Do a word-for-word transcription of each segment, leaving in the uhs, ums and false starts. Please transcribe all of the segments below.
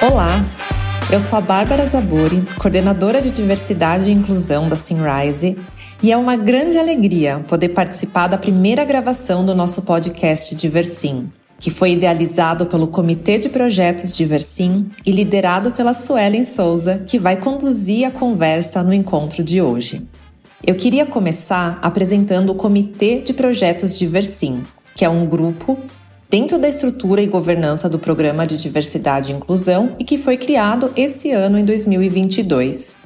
Olá, eu sou a Bárbara Zabori, coordenadora de Diversidade e Inclusão da Synrise, e é uma grande alegria poder participar da primeira gravação do nosso podcast Diversim, que foi idealizado pelo Comitê de Projetos Diversim e liderado pela Suelen Souza, que vai conduzir a conversa no encontro de hoje. Eu queria começar apresentando o Comitê de Projetos Diversim, que é um grupo dentro da estrutura e governança do Programa de Diversidade e Inclusão e que foi criado esse ano, em dois mil e vinte e dois.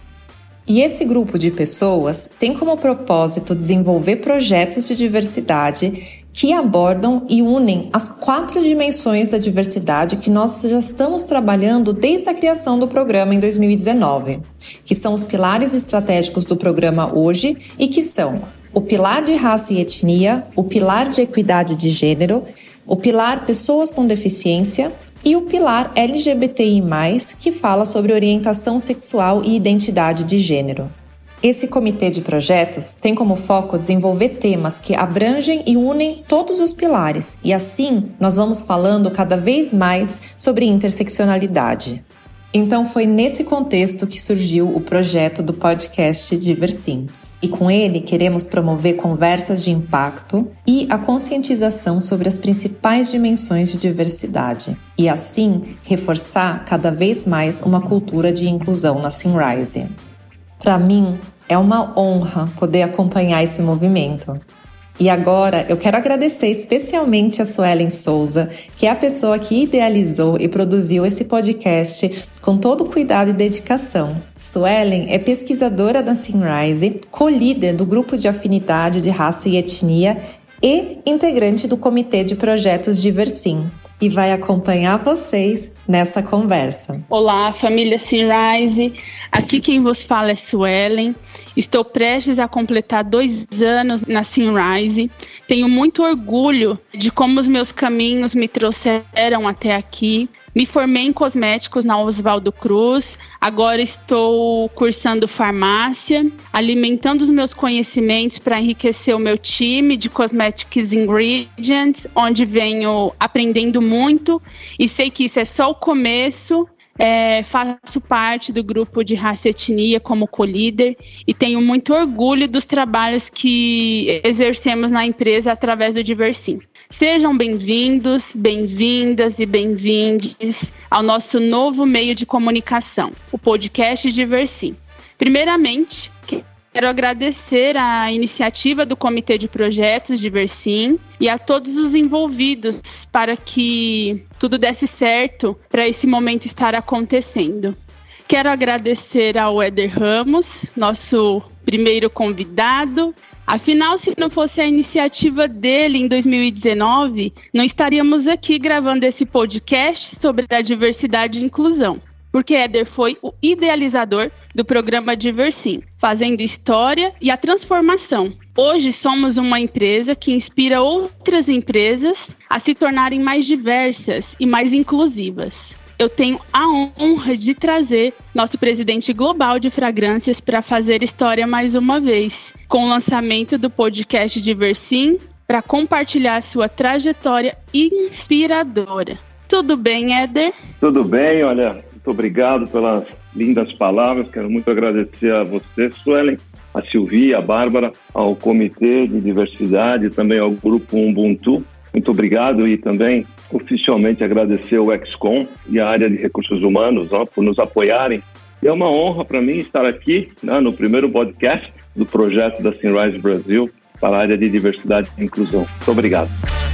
E esse grupo de pessoas tem como propósito desenvolver projetos de diversidade que abordam e unem as quatro dimensões da diversidade que nós já estamos trabalhando desde a criação do programa em dois mil e dezenove, que são os pilares estratégicos do programa hoje e que são o pilar de raça e etnia, o pilar de equidade de gênero, o pilar pessoas com deficiência e o pilar L G B T I mais, que fala sobre orientação sexual e identidade de gênero. Esse comitê de projetos tem como foco desenvolver temas que abrangem e unem todos os pilares, e assim nós vamos falando cada vez mais sobre interseccionalidade. Então foi nesse contexto que surgiu o projeto do podcast Diversim. E com ele queremos promover conversas de impacto e a conscientização sobre as principais dimensões de diversidade, e assim reforçar cada vez mais uma cultura de inclusão na Synrise. Para mim, é uma honra poder acompanhar esse movimento. E agora eu quero agradecer especialmente a Suelen Souza, que é a pessoa que idealizou e produziu esse podcast com todo cuidado e dedicação. Suelen é pesquisadora da Synrise, co-líder do Grupo de Afinidade de Raça e Etnia e integrante do Comitê de Projetos Diversim, e vai acompanhar vocês nessa conversa. Olá, família Synrise. Aqui quem vos fala é Suelen. Estou prestes a completar dois anos na Synrise. Tenho muito orgulho de como os meus caminhos me trouxeram até aqui. Me formei em cosméticos na Oswaldo Cruz, agora estou cursando farmácia, alimentando os meus conhecimentos para enriquecer o meu time de Cosmetics Ingredients, onde venho aprendendo muito e sei que isso é só o começo. É, faço parte do grupo de raça e etnia como co-líder e tenho muito orgulho dos trabalhos que exercemos na empresa através do Diversim. Sejam bem-vindos, bem-vindas e bem-vindes ao nosso novo meio de comunicação, o podcast Diversim. Primeiramente, quero agradecer a iniciativa do Comitê de Projetos Diversim e a todos os envolvidos para que tudo desse certo para esse momento estar acontecendo. Quero agradecer ao Éder Ramos, nosso primeiro convidado. Afinal, se não fosse a iniciativa dele em dois mil e dezenove, não estaríamos aqui gravando esse podcast sobre a diversidade e inclusão, porque Éder foi o idealizador do programa Diversim, fazendo história e a transformação. Hoje somos uma empresa que inspira outras empresas a se tornarem mais diversas e mais inclusivas. Eu tenho a honra de trazer nosso presidente global de fragrâncias para fazer história mais uma vez, com o lançamento do podcast Diversim, para compartilhar sua trajetória inspiradora. Tudo bem, Éder? Tudo bem, olha, muito obrigado pelas lindas palavras. Quero muito agradecer a você, Suelen, a Silvia, a Bárbara, ao Comitê de Diversidade e também ao Grupo Ubuntu. Muito obrigado e também oficialmente agradecer ao Excom e a área de recursos humanos ó, por nos apoiarem. E é uma honra para mim estar aqui né, no primeiro podcast do projeto da Synrise Brasil para a área de diversidade e inclusão. Muito obrigado.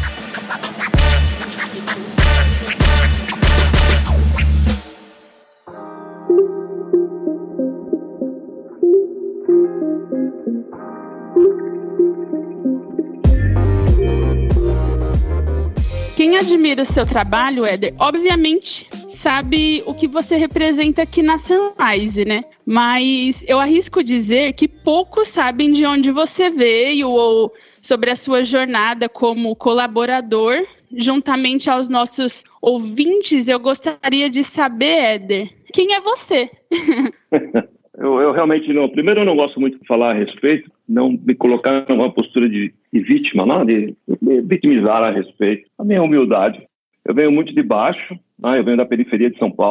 Quem admira o seu trabalho, Éder, obviamente sabe o que você representa aqui na Synrise, né? Mas eu arrisco dizer que poucos sabem de onde você veio ou sobre a sua jornada como colaborador. Juntamente aos nossos ouvintes, eu gostaria de saber, Éder, quem é você? eu, eu realmente não... Primeiro, eu não gosto muito de falar a respeito, não me colocar numa postura de, de vítima, não, de, de vitimizar a respeito. A minha humildade. Eu venho muito de baixo, né? Eu venho da periferia de São Paulo,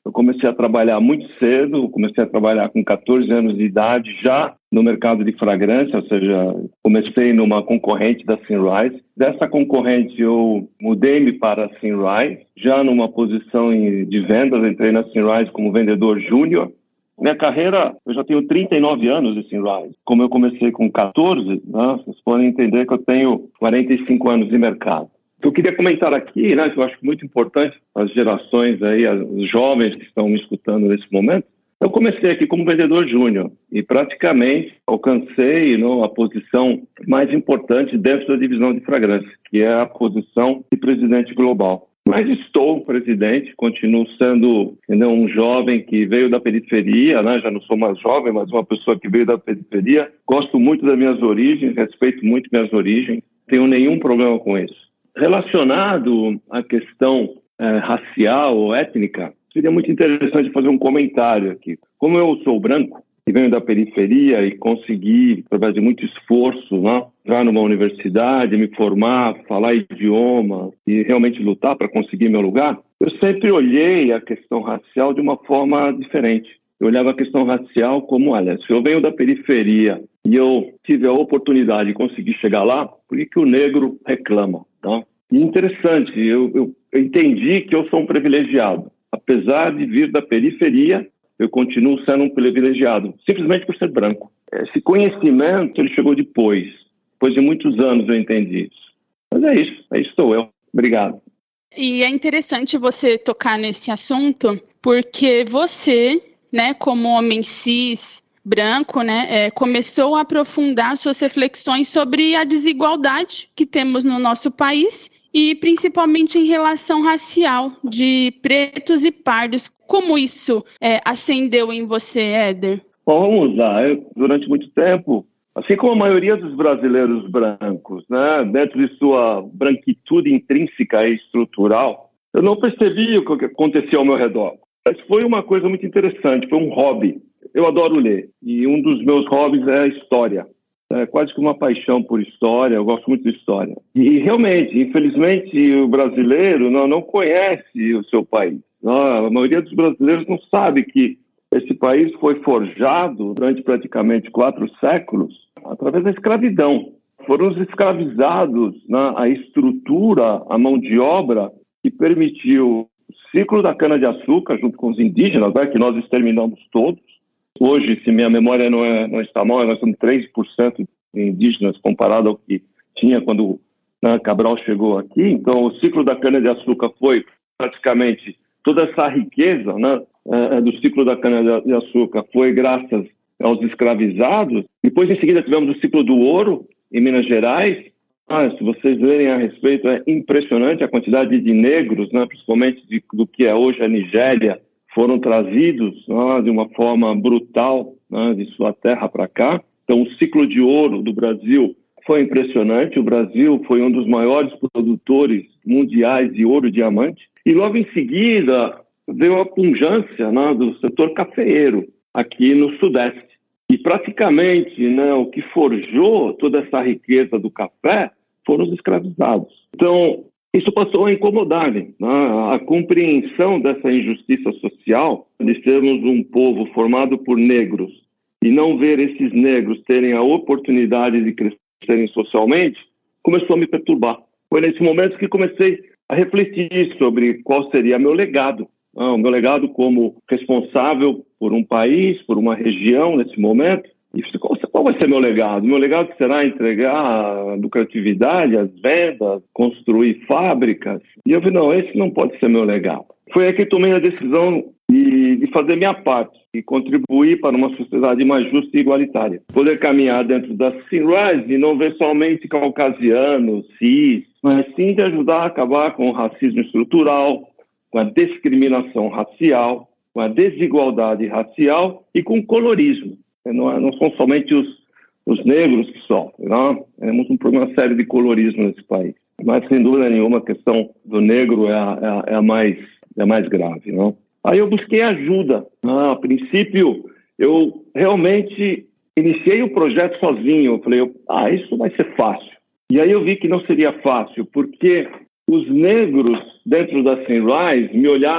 Eu comecei a trabalhar muito cedo, comecei a trabalhar com catorze anos de idade, já no mercado de fragrância, ou seja, comecei numa concorrente da Symrise. Dessa concorrente eu mudei-me para a Symrise, já numa posição de vendas, entrei na Symrise como vendedor júnior. Minha carreira, eu já tenho trinta e nove anos de Symrise. Como eu comecei com catorze, né, vocês podem entender que eu tenho quarenta e cinco anos de mercado. Eu queria comentar aqui, né, que eu acho muito importante as gerações aí, os jovens que estão me escutando nesse momento. Eu comecei aqui como vendedor júnior e praticamente alcancei, não, a posição mais importante dentro da divisão de fragrância, que é a posição de presidente global. Mas estou presidente, continuo sendo, entendeu, um jovem que veio da periferia, né? Já não sou mais jovem, mas uma pessoa que veio da periferia. Gosto muito das minhas origens, respeito muito minhas origens, tenho nenhum problema com isso. Relacionado à questão é, racial ou étnica, seria muito interessante fazer um comentário aqui. Como eu sou branco e venho da periferia e consegui, através de muito esforço, né, entrar numa universidade, me formar, falar idioma e realmente lutar para conseguir meu lugar, eu sempre olhei a questão racial de uma forma diferente. Eu olhava a questão racial como, olha, se eu venho da periferia e eu tive a oportunidade de conseguir chegar lá, por que que o negro reclama? Tá? E interessante, eu, eu, eu entendi que eu sou um privilegiado. Apesar de vir da periferia, eu continuo sendo um privilegiado, simplesmente por ser branco. Esse conhecimento, ele chegou depois. Depois de muitos anos eu entendi isso. Mas é isso, aí estou eu. Obrigado. E é interessante você tocar nesse assunto, porque você, né, como homem cis, branco, né, é, começou a aprofundar suas reflexões sobre a desigualdade que temos no nosso país e principalmente em relação racial, de pretos e pardos. Como isso é, acendeu em você, Éder? Bom, vamos lá. Eu, durante muito tempo, assim como a maioria dos brasileiros brancos, né, dentro de sua branquitude intrínseca e estrutural, eu não percebi o que acontecia ao meu redor. Mas foi uma coisa muito interessante, foi um hobby. Eu adoro ler e um dos meus hobbies é a história. É quase que uma paixão por história, eu gosto muito de história. E realmente, infelizmente, o brasileiro não, não conhece o seu país. A maioria dos brasileiros não sabe que esse país foi forjado durante praticamente quatro séculos através da escravidão. Foram os escravizados, né, a estrutura, a mão de obra que permitiu o ciclo da cana-de-açúcar junto com os indígenas, né, que nós exterminamos todos. Hoje, se minha memória não, é, não está mal, nós somos três por cento de indígenas comparado ao que tinha quando, né, Cabral chegou aqui. Então, o ciclo da cana-de-açúcar foi praticamente toda essa riqueza, né, do ciclo da cana-de-açúcar foi graças aos escravizados. Depois, em seguida, tivemos o ciclo do ouro em Minas Gerais. Ah, se vocês verem a respeito, é impressionante a quantidade de negros, né, principalmente de, do que é hoje a Nigéria, foram trazidos, né, de uma forma brutal, né, de sua terra para cá. Então, o ciclo de ouro do Brasil foi impressionante. O Brasil foi um dos maiores produtores mundiais de ouro e diamante. E logo em seguida veio a pujança, né, do setor cafeeiro aqui no Sudeste. E praticamente, né, o que forjou toda essa riqueza do café foram os escravizados. Então, isso passou a incomodar-me, né? A compreensão dessa injustiça social de sermos um povo formado por negros e não ver esses negros terem a oportunidade de crescerem socialmente, começou a me perturbar. Foi nesse momento que comecei a refletir sobre qual seria meu legado. O meu legado como responsável por um país, por uma região nesse momento. E qual vai ser meu legado? Meu legado será entregar a lucratividade, as vendas, construir fábricas. E eu falei, não, esse não pode ser meu legado. Foi aí que tomei a decisão de, de fazer minha parte e contribuir para uma sociedade mais justa e igualitária. Poder caminhar dentro da Symrise e não ver somente caucasianos, cis, mas sim de ajudar a acabar com o racismo estrutural, com a discriminação racial, com a desigualdade racial e com o colorismo. Não, não são somente os, os negros que sofrem, não? Temos um problema sério de colorismo nesse país. Mas, sem dúvida nenhuma, a questão do negro é a, é a, é a, mais, é a mais grave, não? Aí eu busquei ajuda. Ah, a princípio, eu realmente iniciei o projeto sozinho. Eu falei, ah, isso vai ser fácil. E aí eu vi que não seria fácil, porque os negros dentro da Symrise me olharam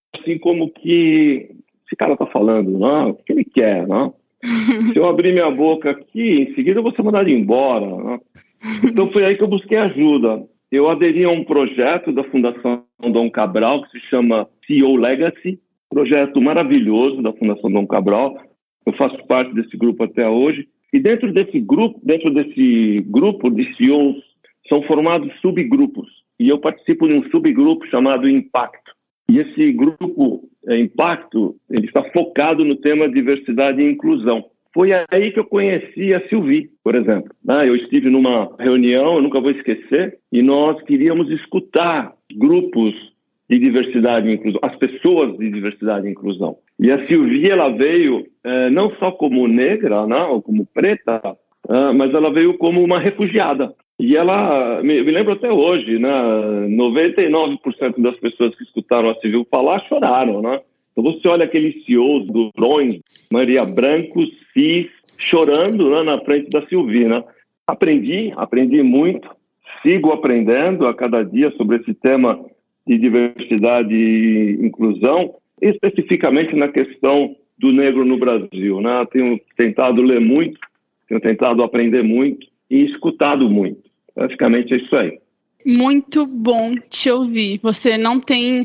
assim como que esse cara está falando, não? O que ele quer, não? Se eu abrir minha boca aqui, em seguida eu vou ser mandado embora, não? Então foi aí que eu busquei ajuda. Eu aderi a um projeto da Fundação Dom Cabral que se chama C E O Legacy, projeto maravilhoso da Fundação Dom Cabral. Eu faço parte desse grupo até hoje. E dentro desse grupo, dentro desse grupo de C E Os, são formados subgrupos. E eu participo de um subgrupo chamado Impacto. E esse grupo é, Impacto, ele está focado no tema diversidade e inclusão. Foi aí que eu conheci a Sylvie, por exemplo. Eu estive numa reunião, eu nunca vou esquecer, e nós queríamos escutar grupos de diversidade e inclusão, as pessoas de diversidade e inclusão. E a Sylvie, ela veio é, não só como negra, não, ou como preta, é, mas ela veio como uma refugiada. E ela, me, me lembro até hoje, né, noventa e nove por cento das pessoas que escutaram a Sylvie falar choraram, né? Então você olha aqueles C E Os do Drões, Maria Branco, Cis, chorando, né, na frente da Sylvie, né? Aprendi, aprendi muito, sigo aprendendo a cada dia sobre esse tema de diversidade e inclusão, especificamente na questão do negro no Brasil, né? Tenho tentado ler muito, tenho tentado aprender muito e escutado muito. Praticamente é isso aí. Muito bom te ouvir. Você não tem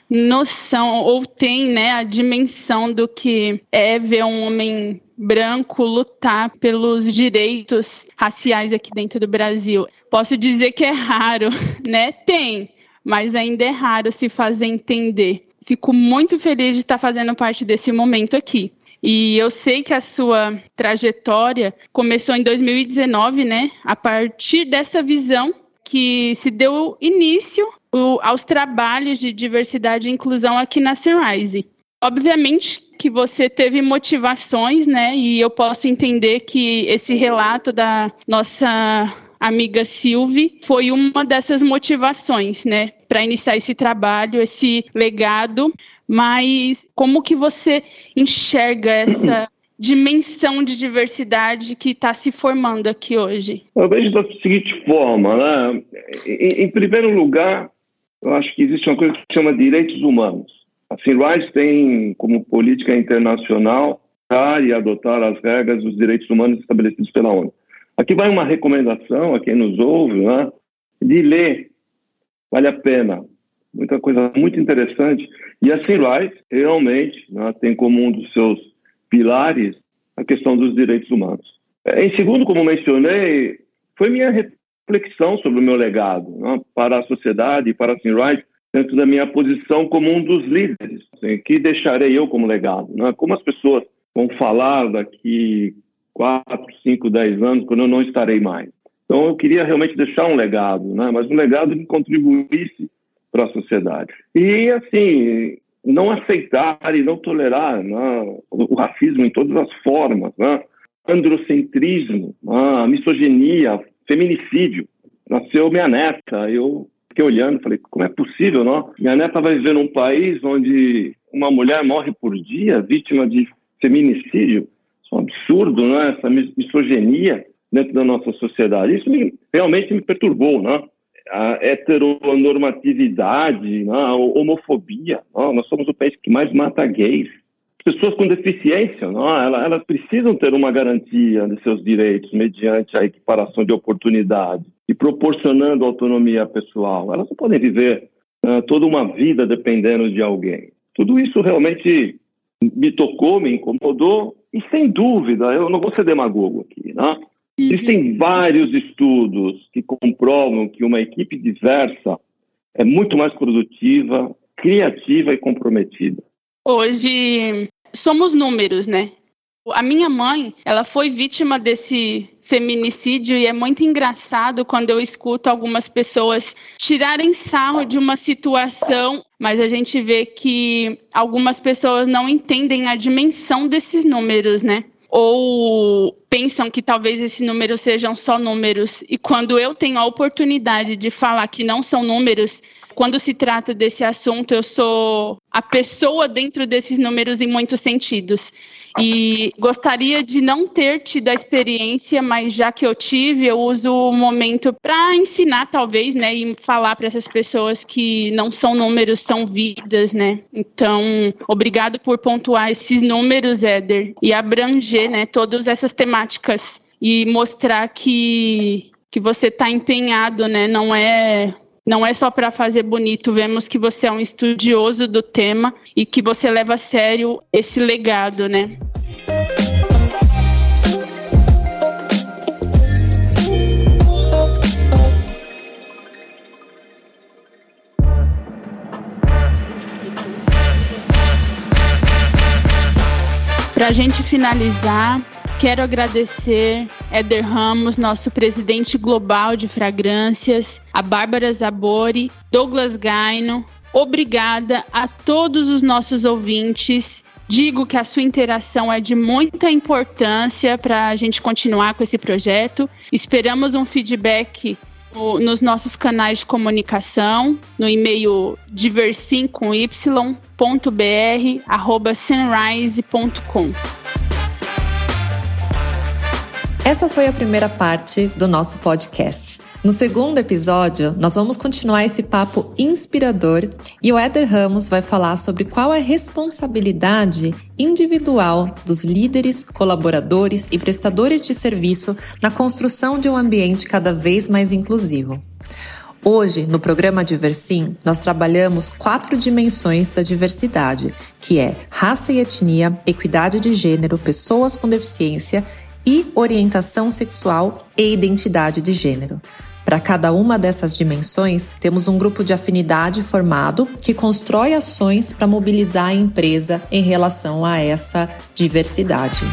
noção, ou tem, né, a dimensão do que é ver um homem branco lutar pelos direitos raciais aqui dentro do Brasil. Posso dizer que é raro, né? Tem, mas ainda é raro se fazer entender. Fico muito feliz de estar fazendo parte desse momento aqui. E eu sei que a sua trajetória começou em dois mil e dezenove, né? A partir dessa visão que se deu início aos trabalhos de diversidade e inclusão aqui na Sunrise. Obviamente que você teve motivações, né? E eu posso entender que esse relato da nossa amiga Sylvie foi uma dessas motivações, né? Para iniciar esse trabalho, esse legado. Mas como que você enxerga essa dimensão de diversidade que está se formando aqui hoje? Eu vejo da seguinte forma, né? Em, em primeiro lugar, eu acho que existe uma coisa que se chama direitos humanos. A Sunrise tem como política internacional e adotar as regras dos direitos humanos estabelecidos pela ONU. Aqui vai uma recomendação a quem nos ouve, né, de ler. Vale a pena. Muita coisa muito interessante. E a Sunrise realmente, né, tem como um dos seus pilares a questão dos direitos humanos. Em segundo, como mencionei, foi minha reflexão sobre o meu legado, né, para a sociedade e para a Sunrise, dentro da minha posição como um dos líderes, assim, que deixarei eu como legado. Né? Como as pessoas vão falar daqui quatro, cinco, dez anos, quando eu não estarei mais. Então, eu queria realmente deixar um legado, né? Mas um legado que contribuísse para a sociedade. E, assim, não aceitar e não tolerar, né, o racismo em todas as formas, né? Androcentrismo, né, misoginia, feminicídio. Nasceu minha neta, eu fiquei olhando, falei, como é possível, não? Minha neta vai viver num país onde uma mulher morre por dia, vítima de feminicídio. Isso é um absurdo, né? Essa misoginia dentro da nossa sociedade. Isso me, realmente me perturbou, né? A heteronormatividade, né? A homofobia. Né? Nós somos o país que mais mata gays. As pessoas com deficiência, né? elas, elas precisam ter uma garantia de seus direitos mediante a equiparação de oportunidade e proporcionando autonomia pessoal. Elas não podem viver uh, toda uma vida dependendo de alguém. Tudo isso realmente me tocou, me incomodou e, sem dúvida, eu não vou ser demagogo aqui, né? Existem vários estudos que comprovam que uma equipe diversa é muito mais produtiva, criativa e comprometida. Hoje somos números, né? A minha mãe, ela foi vítima desse feminicídio e é muito engraçado quando eu escuto algumas pessoas tirarem sarro de uma situação, mas a gente vê que algumas pessoas não entendem a dimensão desses números, né? Ou pensam que talvez esses números sejam só números. E quando eu tenho a oportunidade de falar que não são números, quando se trata desse assunto, eu sou a pessoa dentro desses números em muitos sentidos. E gostaria de não ter tido a experiência, mas já que eu tive, eu uso o momento para ensinar, talvez, né? E falar para essas pessoas que não são números, são vidas, né? Então, obrigado por pontuar esses números, Éder, e abranger, né, todas essas temáticas e mostrar que, que você está empenhado, né? Não é... Não é só para fazer bonito, vemos que você é um estudioso do tema e que você leva a sério esse legado, né? Para a gente finalizar, quero agradecer Éder Ramos, nosso presidente global de fragrâncias, a Bárbara Zabori, Douglas Gaino. Obrigada a todos os nossos ouvintes. Digo que a sua interação é de muita importância para a gente continuar com esse projeto. Esperamos um feedback nos nossos canais de comunicação, no e-mail diversim com y ponto br arroba sunrise ponto com. Essa foi a primeira parte do nosso podcast. No segundo episódio, nós vamos continuar esse papo inspirador e o Éder Ramos vai falar sobre qual é a responsabilidade individual dos líderes, colaboradores e prestadores de serviço na construção de um ambiente cada vez mais inclusivo. Hoje, no programa Diversim, nós trabalhamos quatro dimensões da diversidade, que é raça e etnia, equidade de gênero, pessoas com deficiência e orientação sexual e identidade de gênero. Para cada uma dessas dimensões, temos um grupo de afinidade formado que constrói ações para mobilizar a empresa em relação a essa diversidade.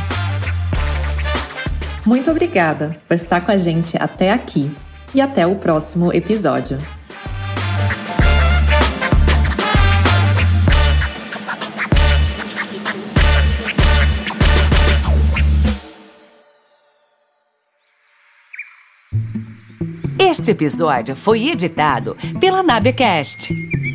Muito obrigada por estar com a gente até aqui e até o próximo episódio. Este episódio foi editado pela Nabecast.